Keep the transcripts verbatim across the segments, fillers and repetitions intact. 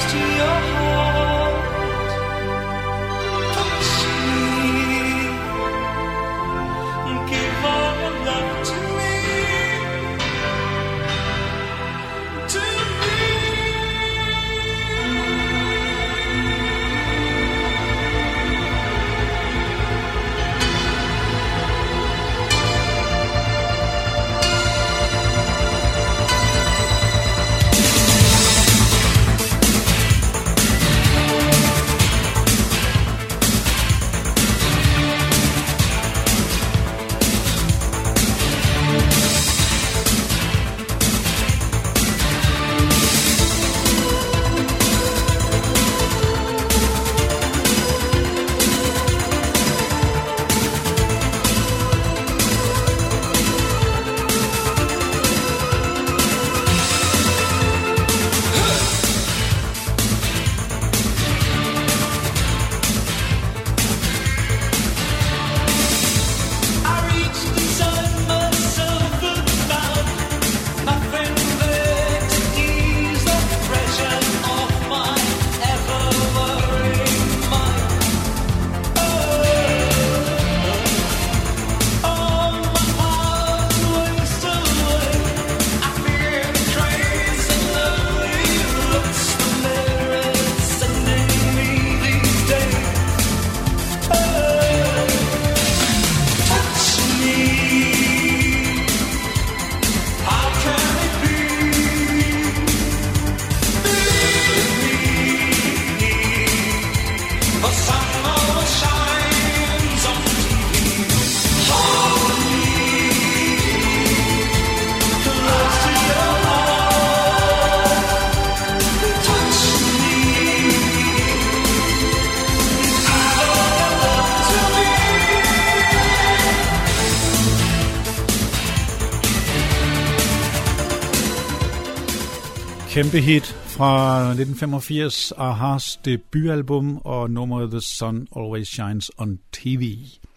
Kæmpe hit fra nitten femogfirs, Ahas debutalbum og nummeret The Sun Always Shines on T V.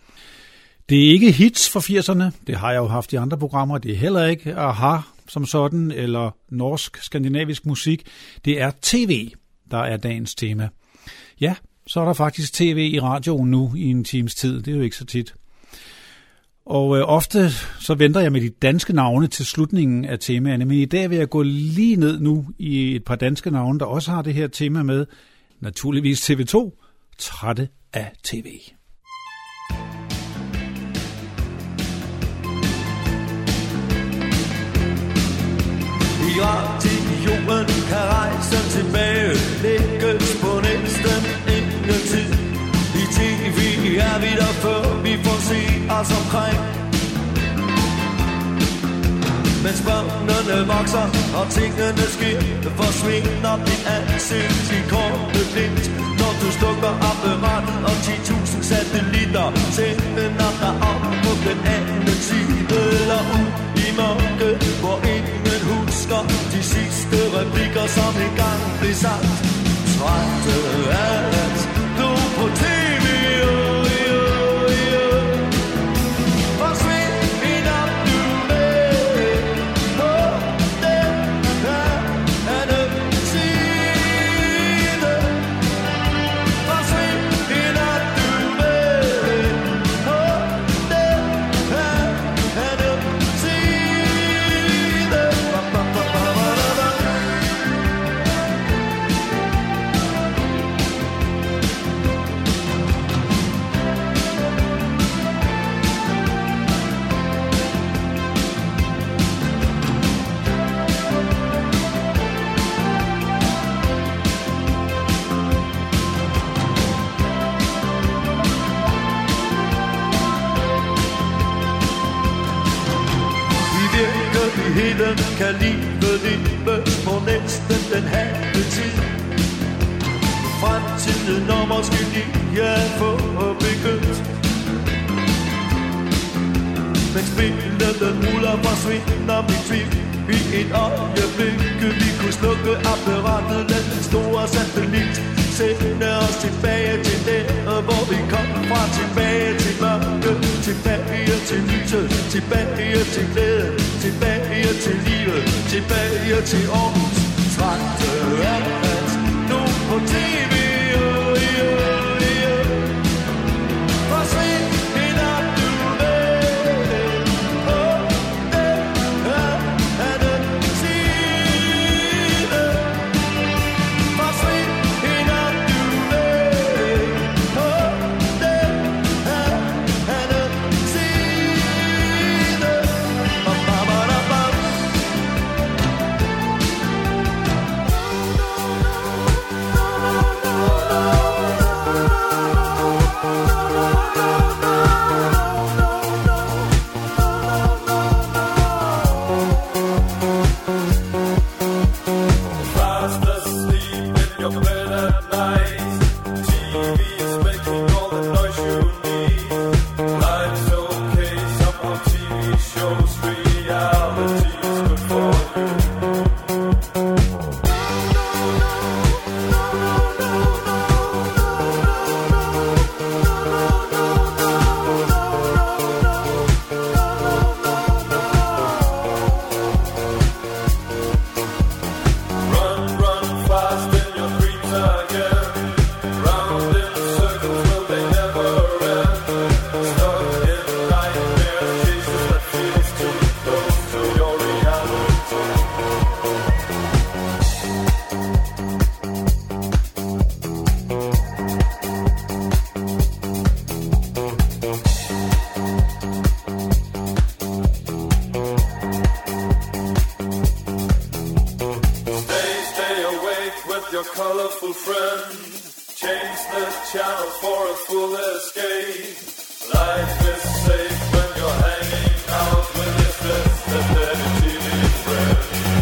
Det er ikke hits fra firserne, det har jeg jo haft i andre programmer, det er heller ikke Aha som sådan, eller norsk, skandinavisk musik, det er tv, der er dagens tema. Ja, så er der faktisk tv i radioen nu i en times tid, det er jo ikke så tit. Og øh, ofte så venter jeg med de danske navne til slutningen af temaerne, men i dag vil jeg gå lige ned nu i et par danske navne, der også har det her tema med, naturligvis T V to, trætte af tv. I radioen kan rejse tilbage, lægges på næsten ingen tid. I tv er vi der før, vi får se os omkring. Mens børnene vokser og tingene sker, forsvinder dit ansigt i korte glimt. Når du slukker apparatet og ti tusind satellitter sender dig op på den anden side, eller ud i mørket, hvor ingen husker de sidste replikker, som engang blev sagt. Trætte af at du på tv, oh, oh, oh. Forsvind op du med på den anden side. Forsvind op du med på den anden side. Virkeligheden kan livet leves på næsten den halve tid. Fremtiden når måske lige at få begyndt. Men spillene ruller, forsvinder mit tvivl i et øjeblik. Vi kunne slukke apparatet, lad den store satellit sende os tilbage til der, hvor vi kom fra. Tilbage til mørket, tilbage til lyset, tilbage til glæden, tilbage til livet, tilbage til Aarhus. Trætte af at du colorful friend. Change the channel for a full escape. Life is safe when you're hanging out with your twisted dirty T V friend.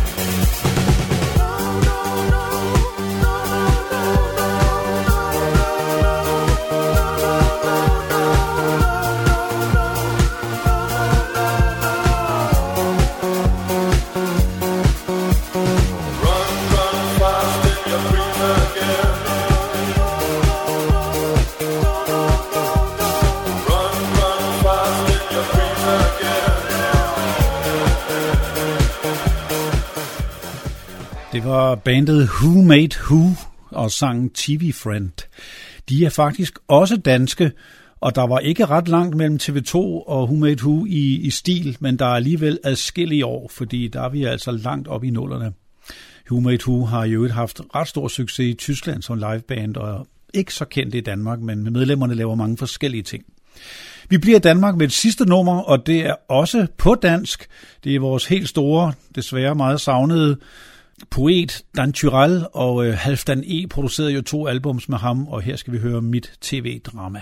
Det var bandet Who Made Who og sangen T V Friend. De er faktisk også danske, og der var ikke ret langt mellem T V to og Who Made Who i, i stil, men der er alligevel adskillige år, fordi der er vi altså langt op i nullerne. Who Made Who har jo haft ret stor succes i Tyskland som liveband, og ikke så kendt i Danmark, men medlemmerne laver mange forskellige ting. Vi bliver i Danmark med et sidste nummer, og det er også på dansk. Det er vores helt store, desværre meget savnede poet Dan Tyrell, og øh, Halfdan E. producerede jo to albums med ham, og her skal vi høre Mit tv-drama.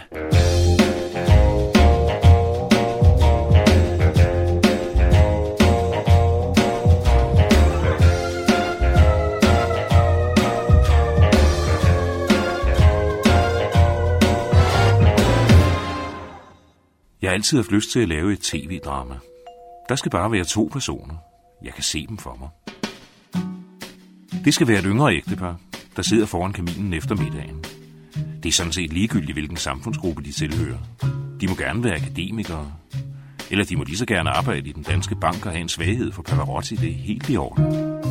Jeg har altid haft lyst til at lave et tv-drama. Der skal bare være to personer. Jeg kan se dem for mig. Det skal være et yngre ægtepar, der sidder foran kaminen efter middagen. Det er sådan set ligegyldigt, hvilken samfundsgruppe de tilhører. De må gerne være akademikere, eller de må lige så gerne arbejde i den danske bank og have en svaghed for Pavarotti. Det er helt i orden.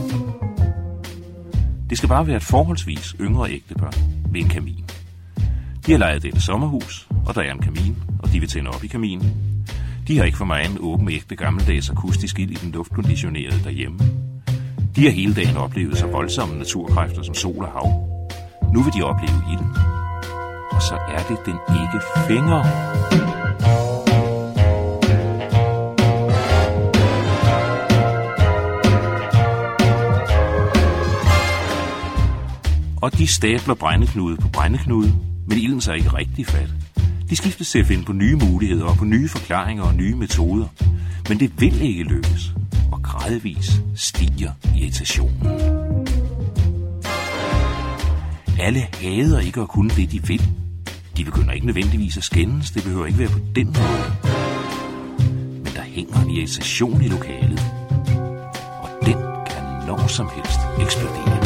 Det skal bare være et forholdsvis yngre ægtepar ved en kamin. De har lejet dette sommerhus, og der er en kamin, og de vil tænde op i kaminen. De har ikke for mig en åben ægte gammeldags akustisk ild i den luftkonditionerede derhjemme. De har hele dagen oplevet så voldsomme naturkræfter som sol og hav. Nu vil de opleve ilden. Og så er det den ikke fænger. Og de stabler brændeknude på brændeknude, men ilden så ikke rigtig fat. De skiftes til at finde på nye muligheder og på nye forklaringer og nye metoder. Men det vil ikke lykkes, og gradvis stiger irritationen. Alle hader ikke at kunne det, de vil. De begynder ikke nødvendigvis at skændes, det behøver ikke være på den måde. Men der hænger en irritation i lokalet, og den kan når som helst eksplodere.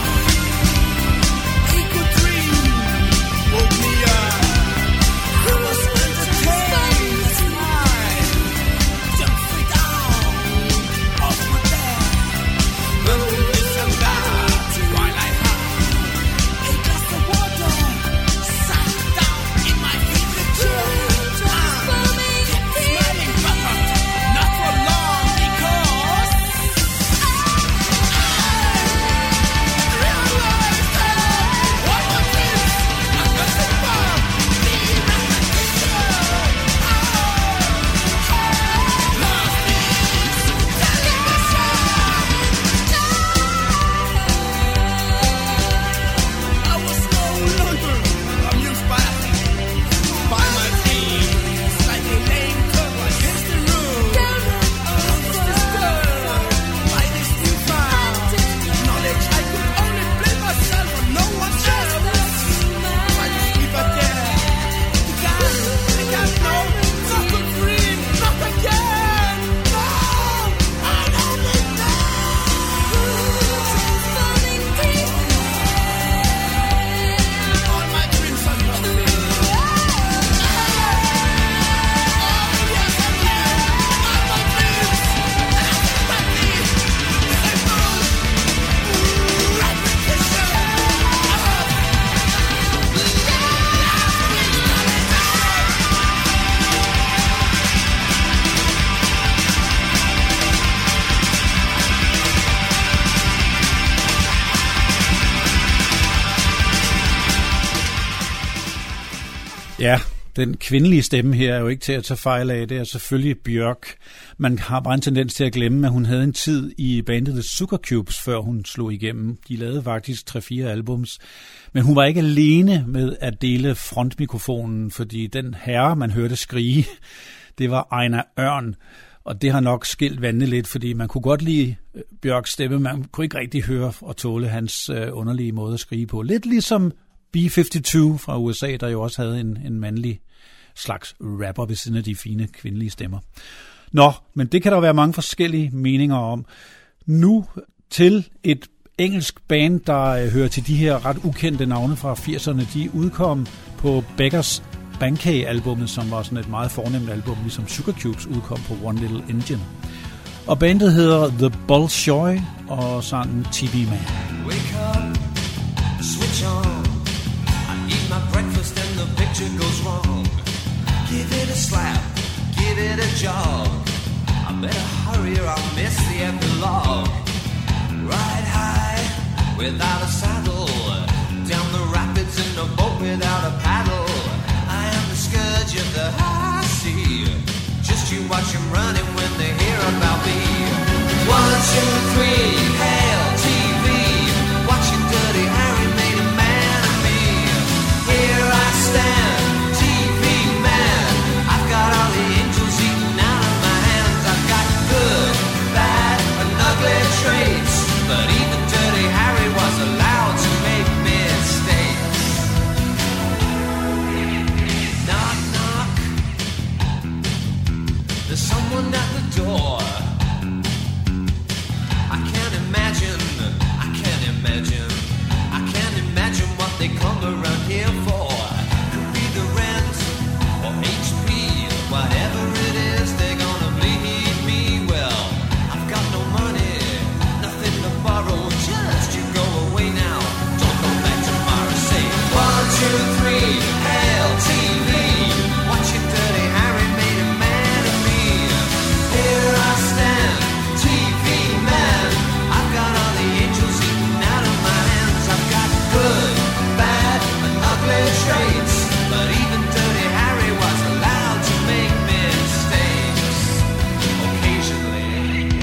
Woke me up. Ja, den kvindelige stemme her er jo ikke til at tage fejl af. Det er selvfølgelig Bjørk. Man har bare en tendens til at glemme, at hun havde en tid i bandet The Sugar Cubes, før hun slog igennem. De lavede faktisk tre fire albums. Men hun var ikke alene med at dele frontmikrofonen, fordi den herre, man hørte skrige, det var Ejnar Ørn. Og det har nok skilt vandene lidt, fordi man kunne godt lide Bjørks stemme, man kunne ikke rigtig høre og tåle hans øh, underlige måde at skrige på. Lidt ligesom B femoghalvtreds fra U S A, der jo også havde en, en mandlig slags rapper ved siden af de fine kvindelige stemmer. Nå, men det kan der være mange forskellige meninger om. Nu til et engelsk band, der øh, hører til de her ret ukendte navne fra firserne. De udkom på Beggars Banquet-albummet, som var sådan et meget fornemt album, ligesom Sugar Cubes udkom på One Little Engine. Og bandet hedder The Bolshoi og sangen T V Man. Wake up, switch on. I eat my breakfast and the picture goes wrong. Give it a slap, give it a jog. I better hurry or I'll miss the epilogue. Ride high without a saddle, down the rapids in a boat without a paddle. I am the scourge of the high sea. Just you watch them running when they hear about me. One, two, three, hail T V. Watching Dirty Harry made a man of me. Here I stand, T V man. I've got all the angels eating out of my hands. I've got good, bad, and ugly traits. But even Dirty Harry was allowed to make mistakes. Knock, knock. There's someone at the door. I can't imagine, I can't imagine, I can't imagine what they come around here for. Could be the rent or H P, whatever it is, they're gonna bleed me well. I've got no money, nothing to borrow, just you go away now, don't come back tomorrow. Say one, two, three, hail T V. Watching Dirty Harry made a man of me. Here I stand, T V man. I've got all the angels eating out of my hands. I've got good, bad, and ugly traits. But even Dirty Harry was allowed to make mistakes occasionally.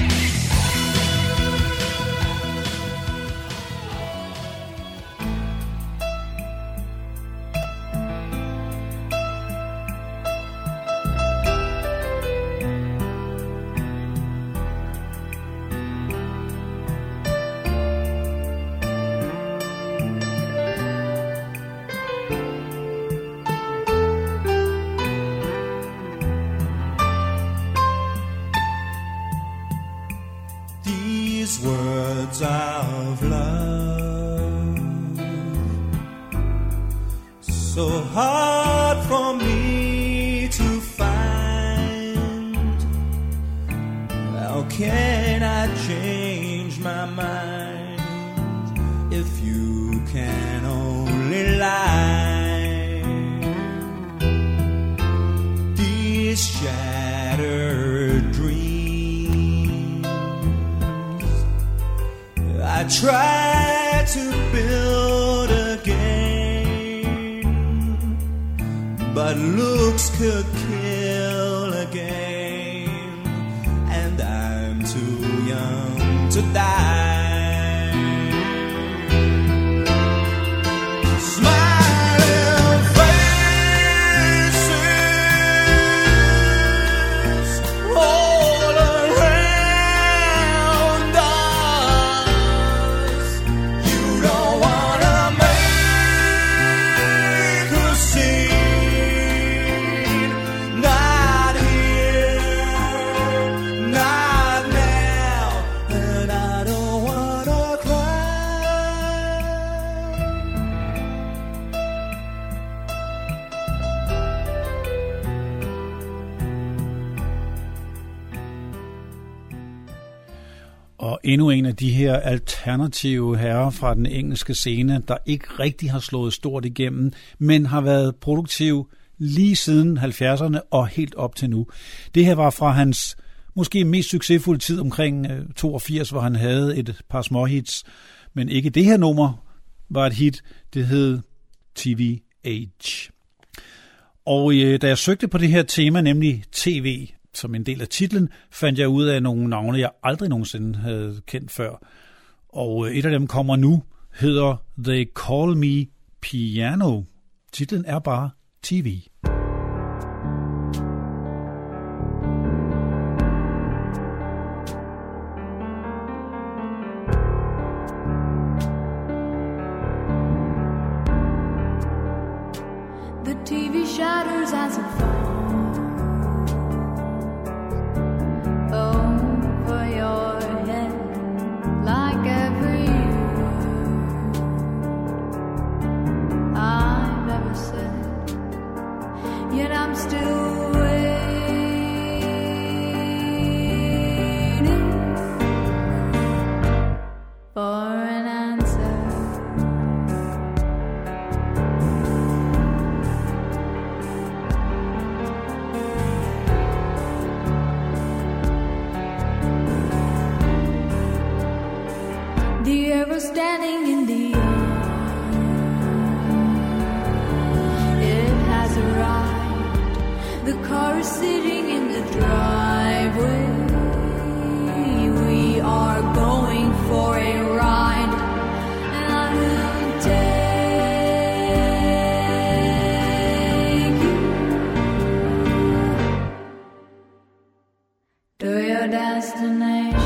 These words of love, so hard for me to find. How can I change my mind if you can only lie? These shattered dreams I try to build again, but looks could kill again, and I'm too young to die. Smiling faces all around us. You don't wanna make a scene, not here, not now, and I don't wanna cry. Og endnu en af de her alternative herrer fra den engelske scene, der ikke rigtig har slået stort igennem, men har været produktiv lige siden halvfjerdserne og helt op til nu. Det her var fra hans måske mest succesfulde tid omkring toogfirs, hvor han havde et par småhits, men ikke det her nummer var et hit. Det hed T V Age. Og øh, da jeg søgte på det her tema, nemlig tv, som en del af titlen, fandt jeg ud af nogle navne, jeg aldrig nogensinde havde kendt før. Og øh, et af dem kommer nu, hedder They Call Me Piano. Titlen er bare T V. The T V shatters as it falls over your head like every word I've ever said. Yet I'm still waiting for an answer. The arrow standing in the air, it has arrived. The car is sitting in the driveway. We are going for a ride, and I will take you to your destination.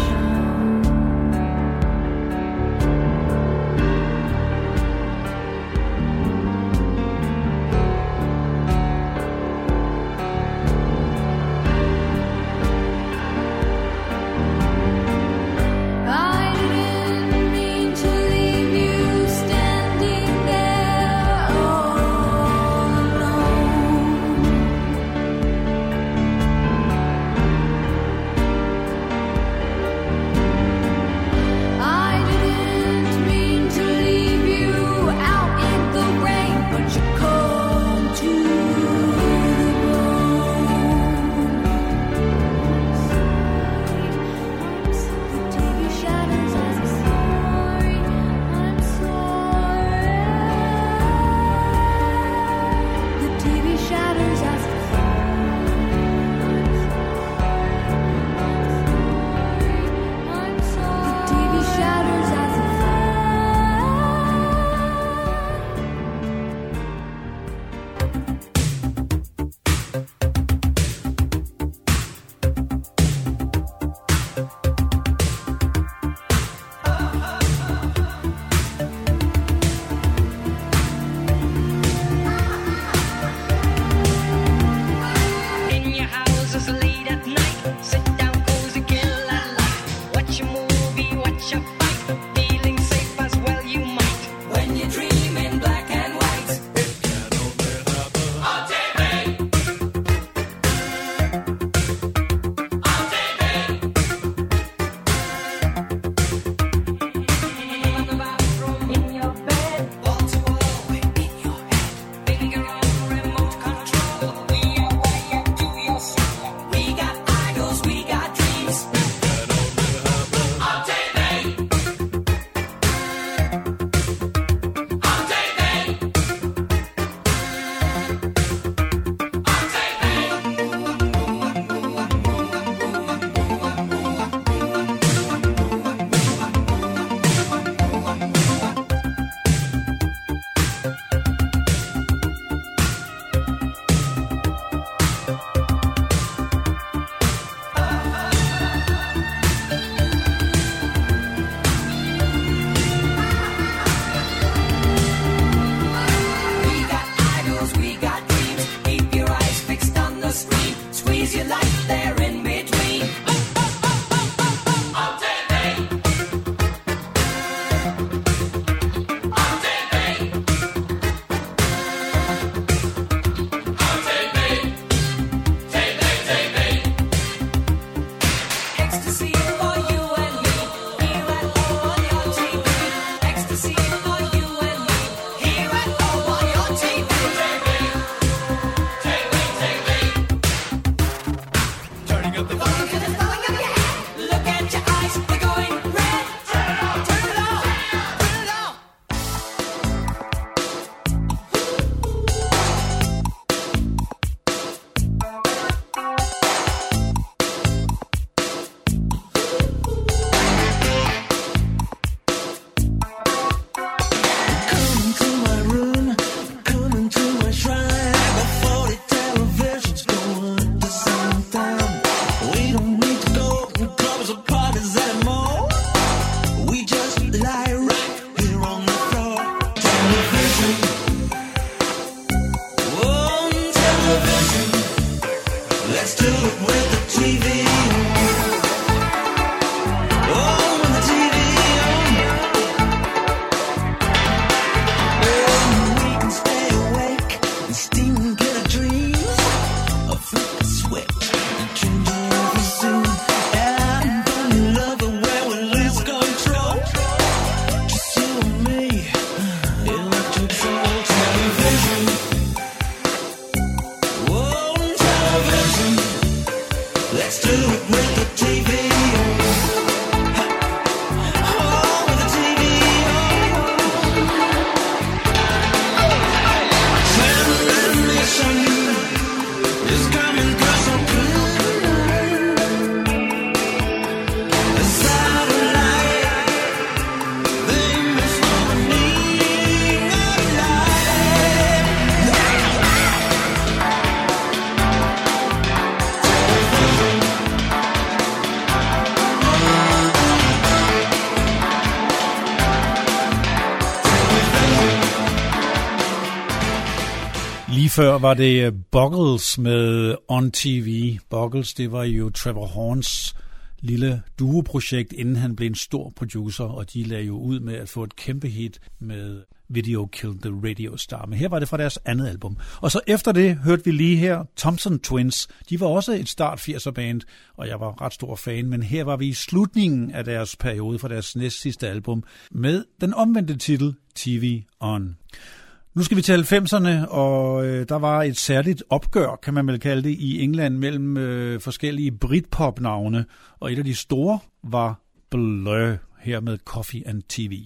Lige før var det Buggles med On T V. Buggles, det var jo Trevor Horns lille duoprojekt, inden han blev en stor producer, og de lagde jo ud med at få et kæmpe hit med Video Killed the Radio Star. Men her var det fra deres andet album. Og så efter det hørte vi lige her Thompson Twins. De var også et start firser band, og jeg var ret stor fan, men her var vi i slutningen af deres periode fra deres næst sidste album med den omvendte titel T V On. Nu skal vi til halvfemserne, og øh, der var et særligt opgør, kan man vel kalde det, i England mellem øh, forskellige Britpop-navne, og et af de store var Blur, her med Coffee and T V.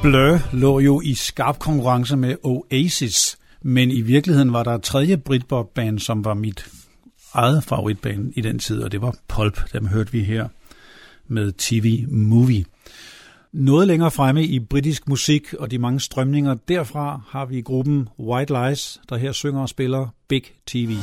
Blur lå jo i skarp konkurrence med Oasis, men i virkeligheden var der et tredje Britpop-band, som var mit eget favoritband i den tid, og det var Pulp. Dem hørte vi her med T V Movie. Noget længere fremme i britisk musik og de mange strømninger derfra har vi gruppen White Lies, der her synger og spiller Big T V.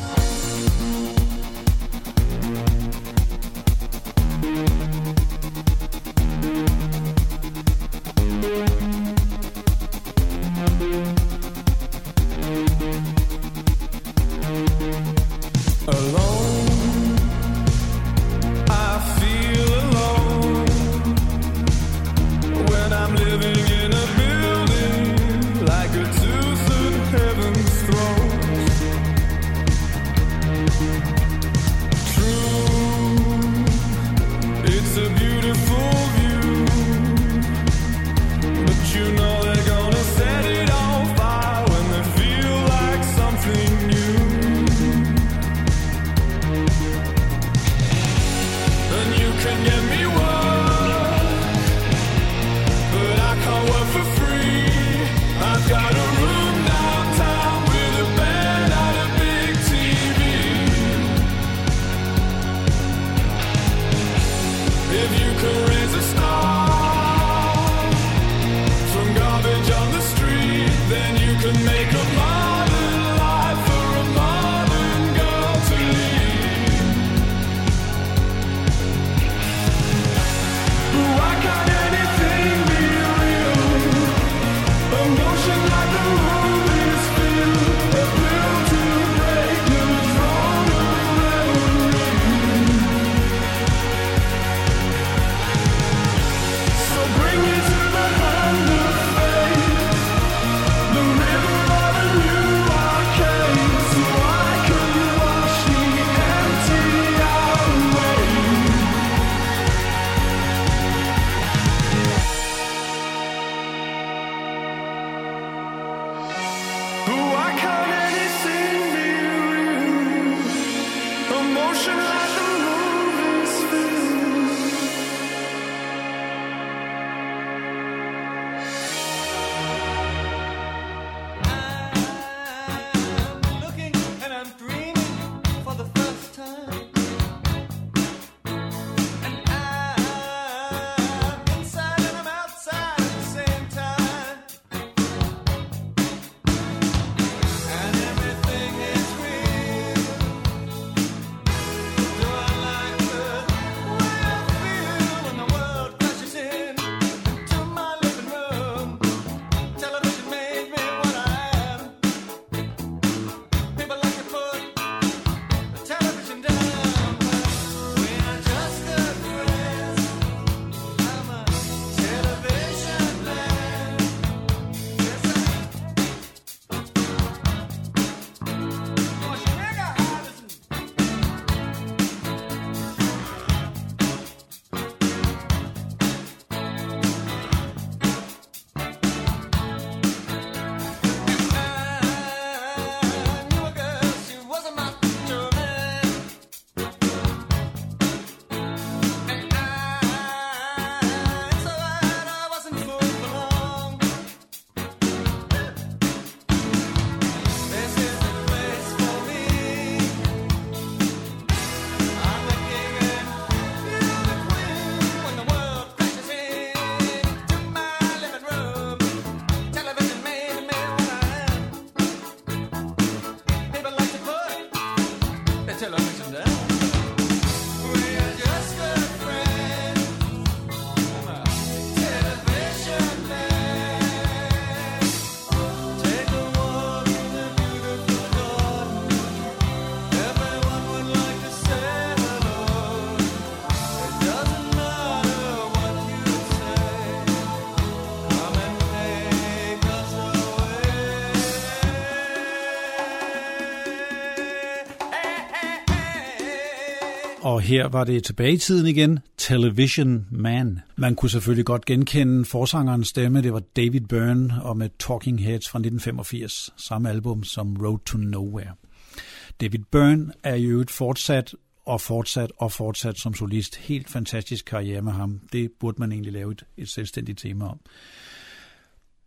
Og her var det tilbage i tiden igen, Television Man. Man kunne selvfølgelig godt genkende forsangerens stemme, det var David Byrne, og med Talking Heads fra nitten femogfirs, samme album som Road to Nowhere. David Byrne er jo et fortsat og fortsat og fortsat som solist. Helt fantastisk karriere med ham. Det burde man egentlig lave et, et selvstændigt tema om.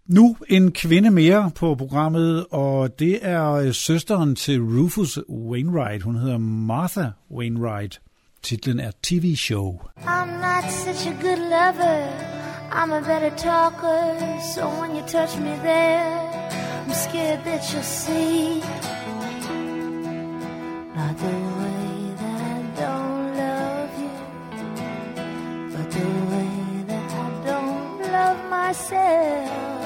Nu en kvinde mere på programmet, og det er søsteren til Rufus Wainwright. Hun hedder Martha Wainwright. Titlen er T V-show. I'm not such a good lover. I'm a better talker. So when you touch me there, I'm scared that you'll see. Not the way that I don't love you, but the way that I don't love myself.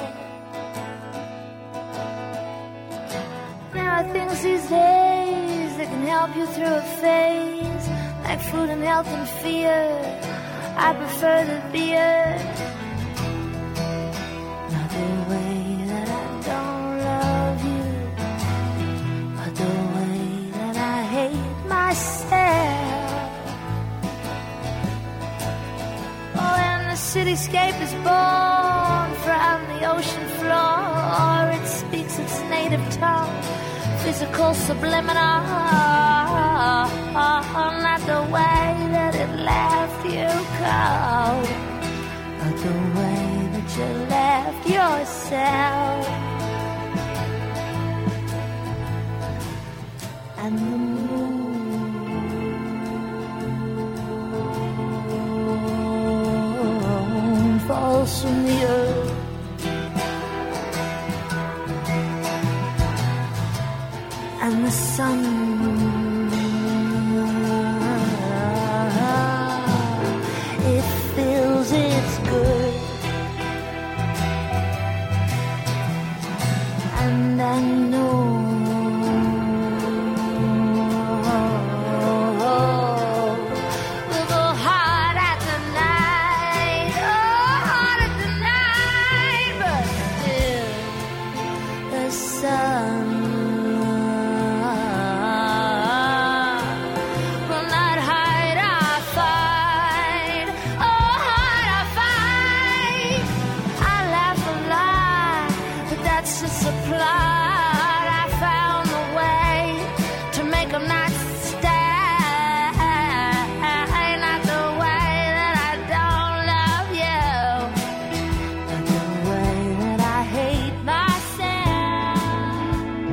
There are things these days that can help you through a phase, like food and health and fear. I prefer the beer. Not the way that I don't love you, but the way that I hate myself. Oh, and the cityscape is born from the ocean floor. It speaks its native tongue, physical subliminal. Not the way that it left you cold, but the way that you left yourself. And the moon falls from the earth, and the sun it's good, and I know we'll go hard at the night, oh, hard at the night, but still the sun will not hide our fight. Just a plot. I found the way to make them not stay. Not the way that I don't love you, but the way that I hate myself.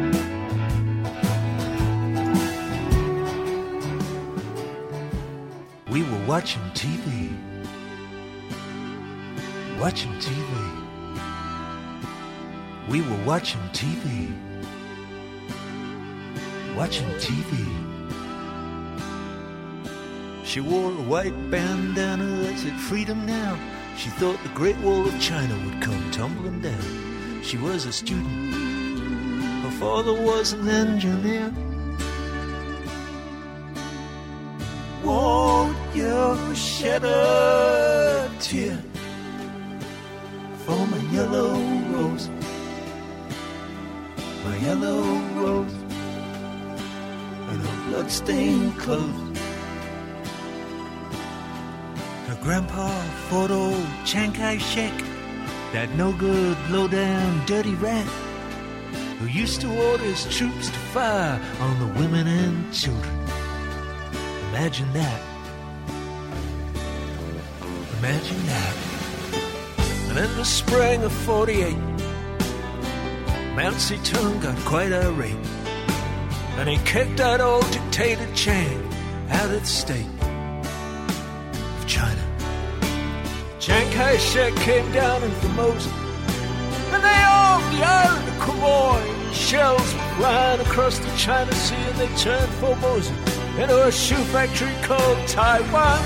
We were watching T V, watching T V. We were watching T V, watching T V. She wore a white bandana that said freedom now. She thought the Great Wall of China would come tumbling down. She was a student, her father was an engineer. Won't you shed a tear for my yellow rose? My yellow rose and her blood-stained clothes. Her grandpa fought old Chiang Kai-shek, that no-good, low-down, dirty rat who used to order his troops to fire on the women and children. Imagine that. Imagine that. And in the spring of forty-eight, Mao Zedong got quite irate, and he kicked that old dictator Chiang out of the state of China. Chiang Kai-shek came down in Formosa, and they armed the island of Quemoy. Shells flying across the China Sea, and they turned Formosa into a shoe factory called Taiwan.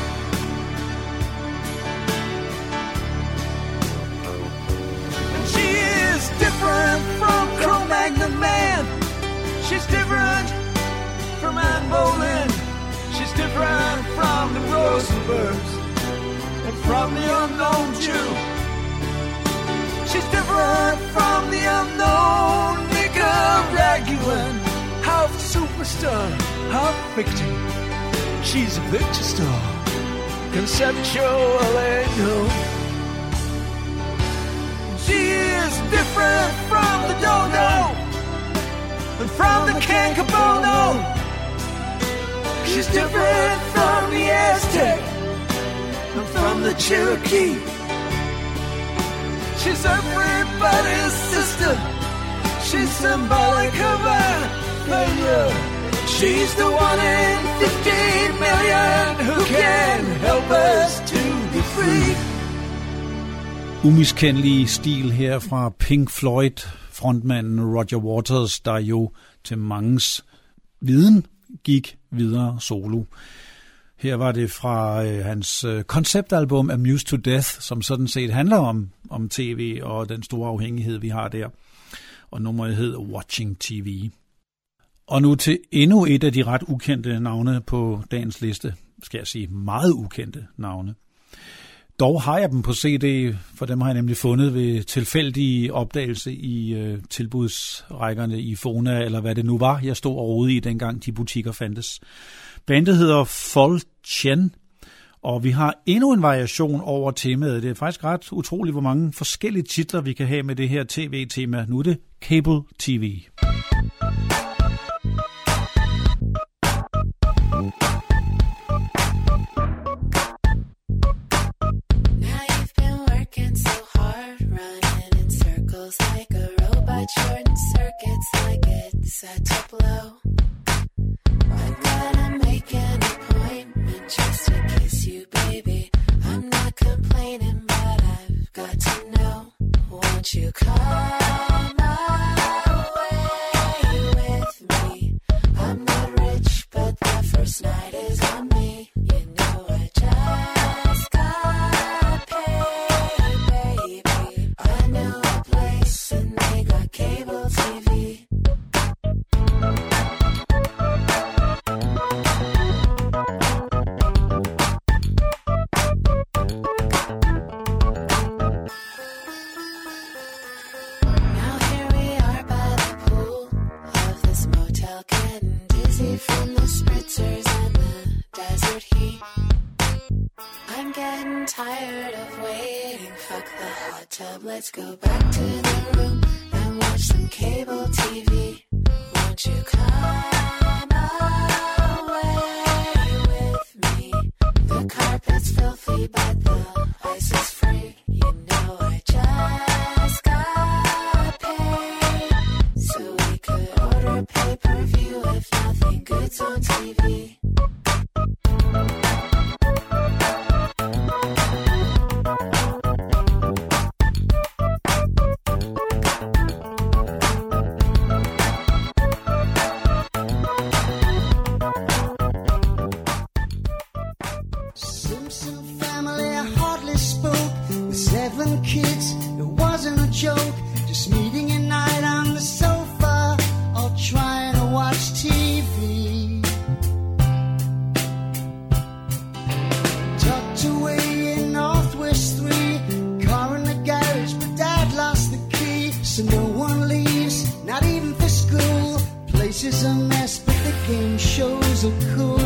And she is different from Cro-Magnon man. She's different from Anne Boleyn. She's different from the Rosenbergs and from the unknown Jew. She's different from the unknown Nicaraguan. Half superstar, half victim. She's a victor star, conceptual angel. She is different from the dodo and from the cancabono. She's different from the Aztec and from the Cherokee. She's everybody's sister. She's symbolic of our failure. She's the one in fifteen million who can help us to be free. Umiskendelig stil her fra Pink Floyd, frontmanden Roger Waters, der jo til mangens viden gik videre solo. Her var det fra øh, hans øh, konceptalbum Amused to Death, som sådan set handler om, om tv og den store afhængighed, vi har der. Og nummeret hed Watching T V. Og nu til endnu et af de ret ukendte navne på dagens liste. Skal jeg sige meget ukendte navne. Dog har jeg dem på C D, for dem har jeg nemlig fundet ved tilfældig opdagelse i øh, tilbudsrækkerne i Fona, eller hvad det nu var, jeg stod og rode i, dengang de butikker fandtes. Bandet hedder Fol Chen, og vi har endnu en variation over temaet. Det er faktisk ret utroligt, hvor mange forskellige titler vi kan have med det her tv-tema. Nu er det Cable T V. Like a robot, shorting circuits like it's set to blow. I gotta make an appointment just to kiss you, baby. I'm not complaining, but I've got to know. Won't you come away with me? I'm not rich, but the first night is on me. You know I just got paid, baby. I know a place and they got cable T V. Now here we are by the pool of this motel, getting dizzy from the spritzers and the desert heat. I'm getting tired of waiting. Fuck the hot tub, let's go back to the room and watch some cable T V. Won't you come away with me? The carpet's filthy, but the ice is free. You know I just got paid, so we could order pay-per-view if nothing good's on T V. Simpson family hardly spoke. With seven kids, it wasn't a joke. Just meeting at night on the sofa, all trying to watch T V. Tucked away in Northwest three, car in the garage, but Dad lost the key. So no one leaves, not even for school. Place is a mess, but the game shows are cool.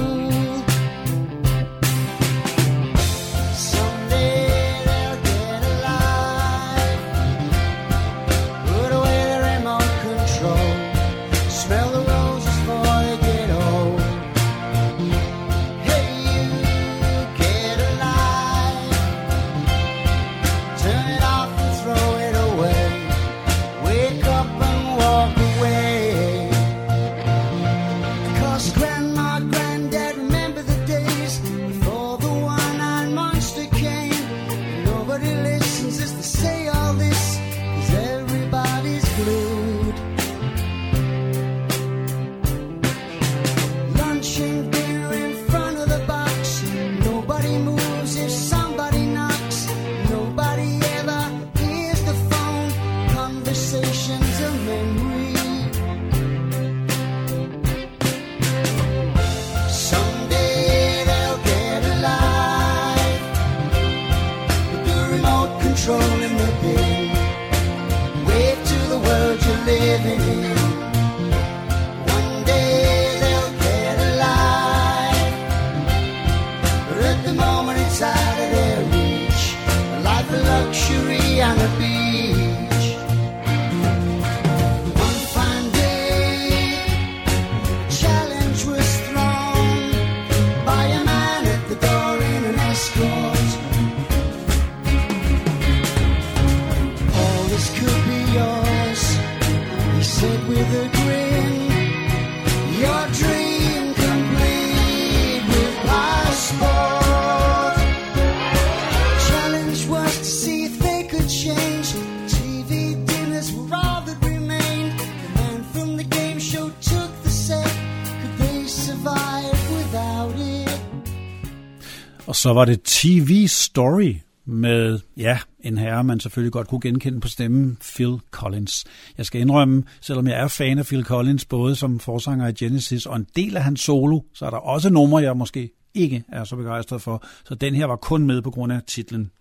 said with a grin, your dream complete with passport. Challenge was to see if they could change. T V dinners were all that remained. The man from the game show took the set. Could they survive without it? Og så var det T V Story med, ja, en herre, man selvfølgelig godt kunne genkende på stemmen, Phil Collins. Jeg skal indrømme, selvom jeg er fan af Phil Collins, både som forsanger i Genesis og en del af hans solo, så er der også numre, jeg måske ikke er så begejstret for. Så den her var kun med på grund af titlen.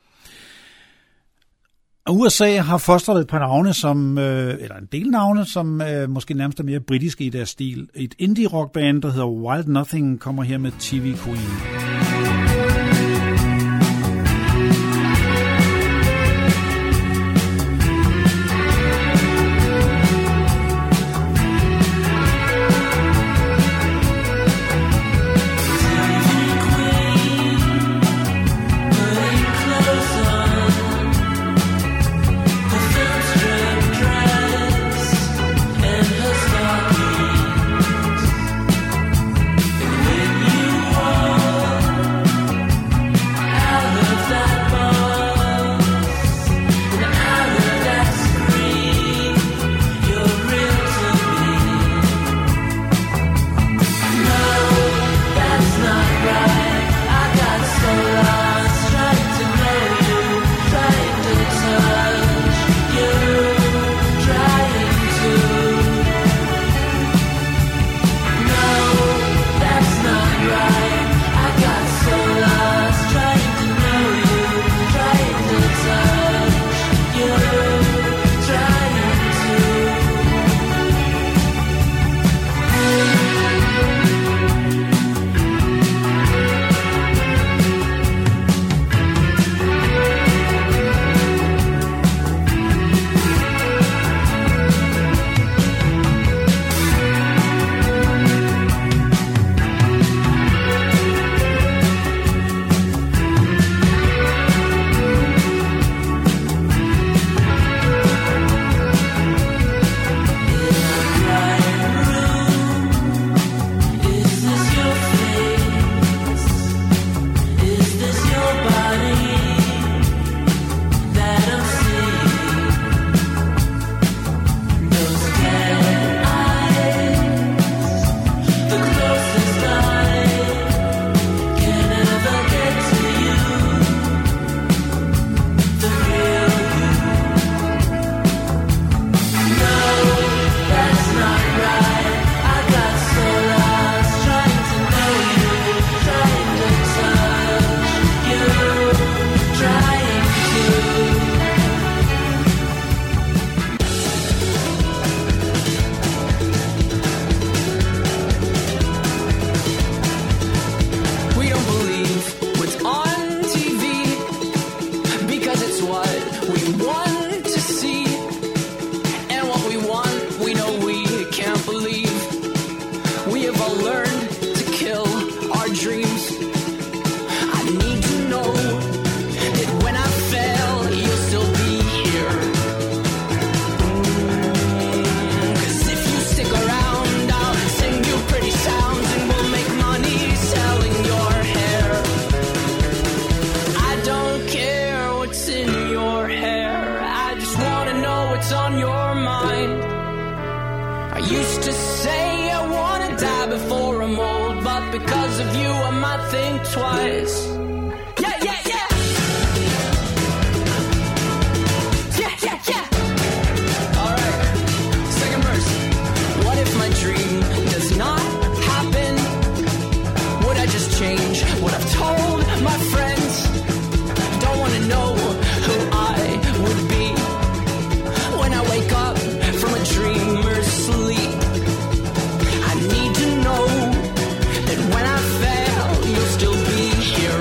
U S A har fostret et par navne, som, øh, eller en del navne, som øh, måske nærmest er mere britiske i deres stil. Et indie-rockband, der hedder Wild Nothing, kommer her med T V Queen. Because of you, I might think twice. Yeah, yeah, yeah. Yeah, yeah, yeah. All right. Second verse. What if my dream does not happen? Would I just change what I've told my friends? Don't want to know who I would be when I wake up from a dreamer's sleep. I need to know that when I fail, you'll still be here.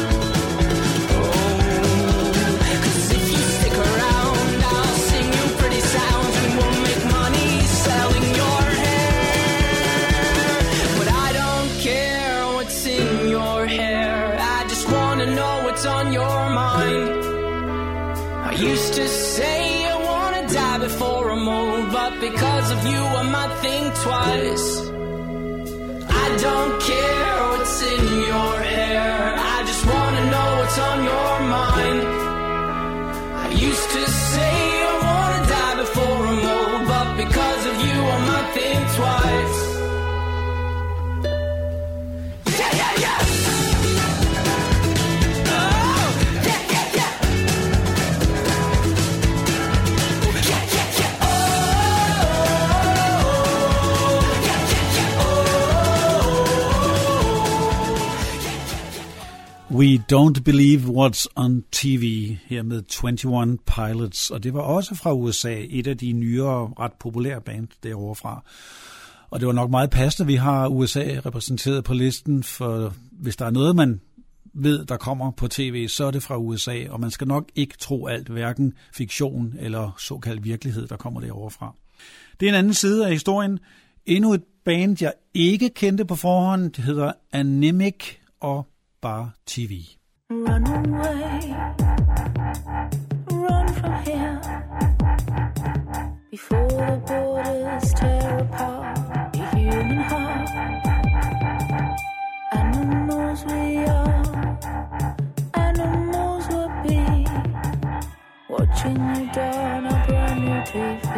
Oh, 'cause if you stick around, I'll sing you pretty sounds and we'll make money selling your hair. But I don't care what's in your hair. I just wanna know what's on your mind. I used to say I wanna die before a mole, but because of you I might think twice. I don't care what's in your hair, I just wanna know what's on your mind. I used to say I wanna die before a mole, but because of you I might think twice. Yeah, yeah, yeah. Oh, yeah, yeah, yeah. Yeah, yeah, yeah. Oh, yeah, yeah, yeah. Oh. We Don't Believe What's on T V her med enogtyve Pilots, og det var også fra U S A, et af de nyere, ret populære band derovre fra. Og det var nok meget passende, vi har U S A repræsenteret på listen, for hvis der er noget, man ved, der kommer på tv, så er det fra U S A, og man skal nok ikke tro alt, hverken fiktion eller såkaldt virkelighed, der kommer derovre fra. Det er en anden side af historien. Endnu et band, jeg ikke kendte på forhånd, det hedder Anemic og Bar T V. Run away, run from here, before the borders tear apart the human heart. Animals we are, animals will be, watching you down a brand new T V.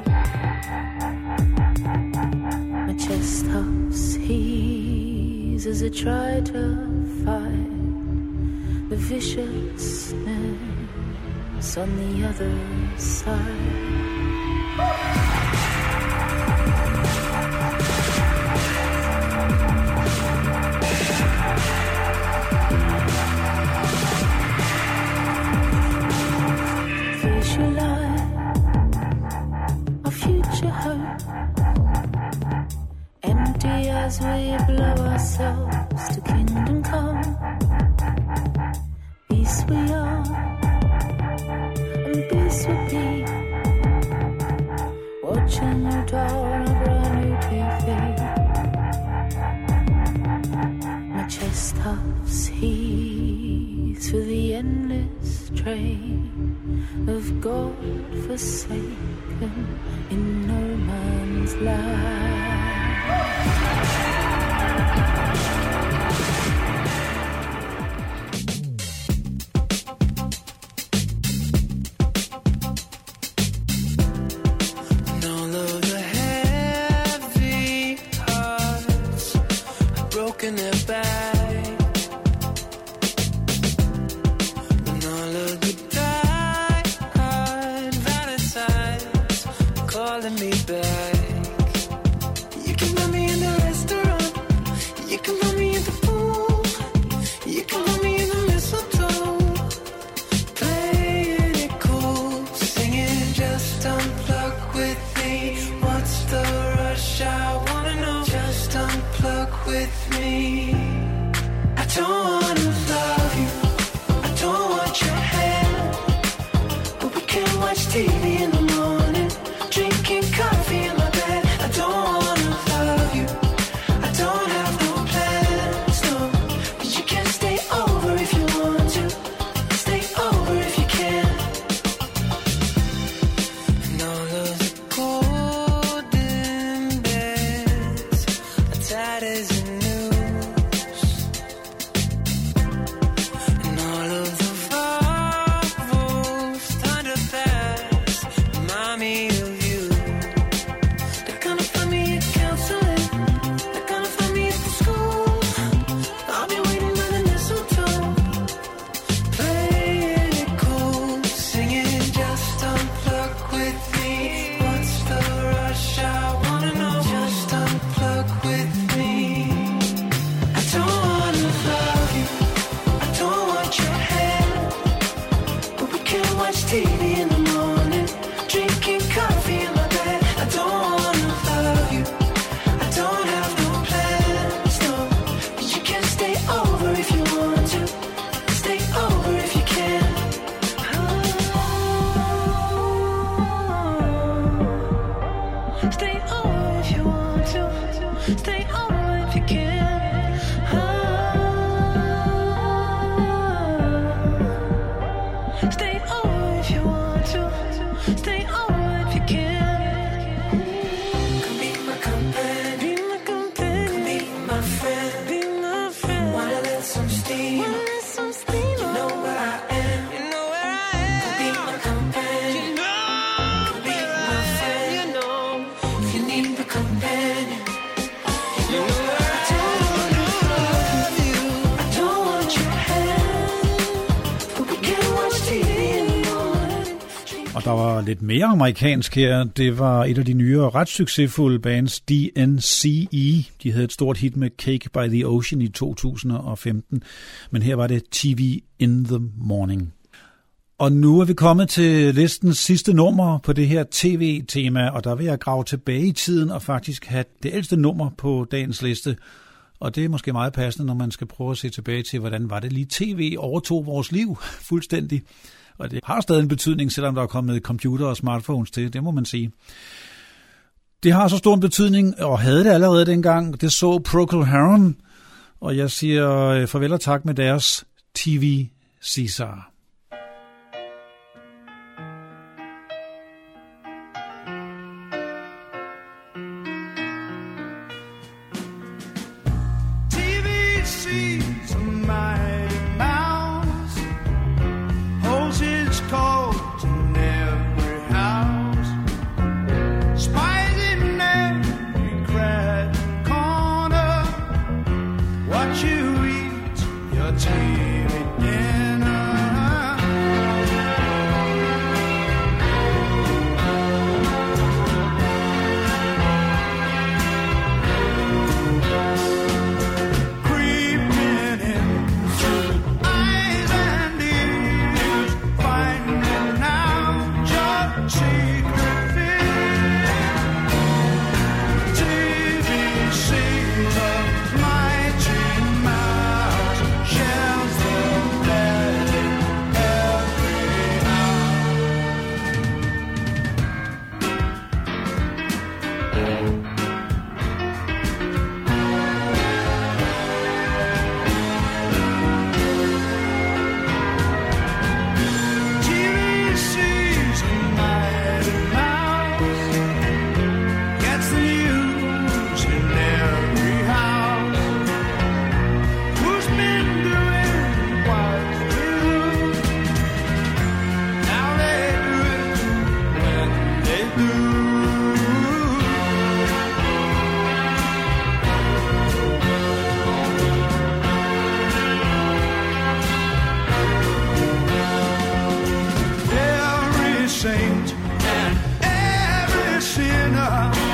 My chest hops heaves as I try to fight the viciousness on the other side. Visualize our future hope, empty as we blow ourselves to kingdom come. Peace we are, and peace will be, watching you down a brand new T V. My chest hops heaves for the endless train of God forsaken in no man's land. Stay over if you want to. Stay over if you can. Og der var lidt mere amerikansk her. Det var et af de nyere ret succesfulde bands, D N C E. De havde et stort hit med Cake by the Ocean i to tusind og femten. Men her var det T V in the Morning. Og nu er vi kommet til listens sidste nummer på det her tv-tema, og der vil jeg grave tilbage i tiden og faktisk have det ældste nummer på dagens liste. Og det er måske meget passende, når man skal prøve at se tilbage til, hvordan var det lige tv overtog vores liv fuldstændig. Og det har stadig en betydning, selvom der er kommet computer og smartphones til, det må man sige. Det har så stor en betydning, og havde det allerede dengang. Det så Procol Harum, og jeg siger farvel og tak med deres T V Caesar. saint and every sinner.